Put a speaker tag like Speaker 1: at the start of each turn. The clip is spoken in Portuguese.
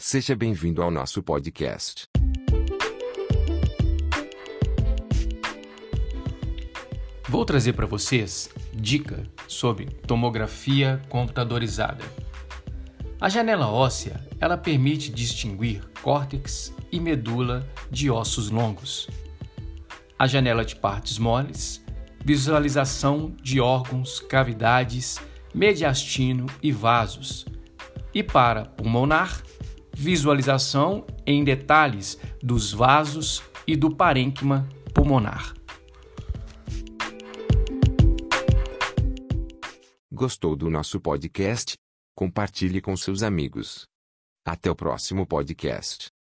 Speaker 1: Seja bem-vindo ao nosso podcast.
Speaker 2: Vou trazer para vocês dica sobre tomografia computadorizada. A janela óssea, ela permite distinguir córtex e medula de ossos longos. A janela de partes moles, visualização de órgãos, cavidades, mediastino e vasos. E para pulmonar, visualização em detalhes dos vasos e do parênquima pulmonar.
Speaker 1: Gostou do nosso podcast? Compartilhe com seus amigos. Até o próximo podcast.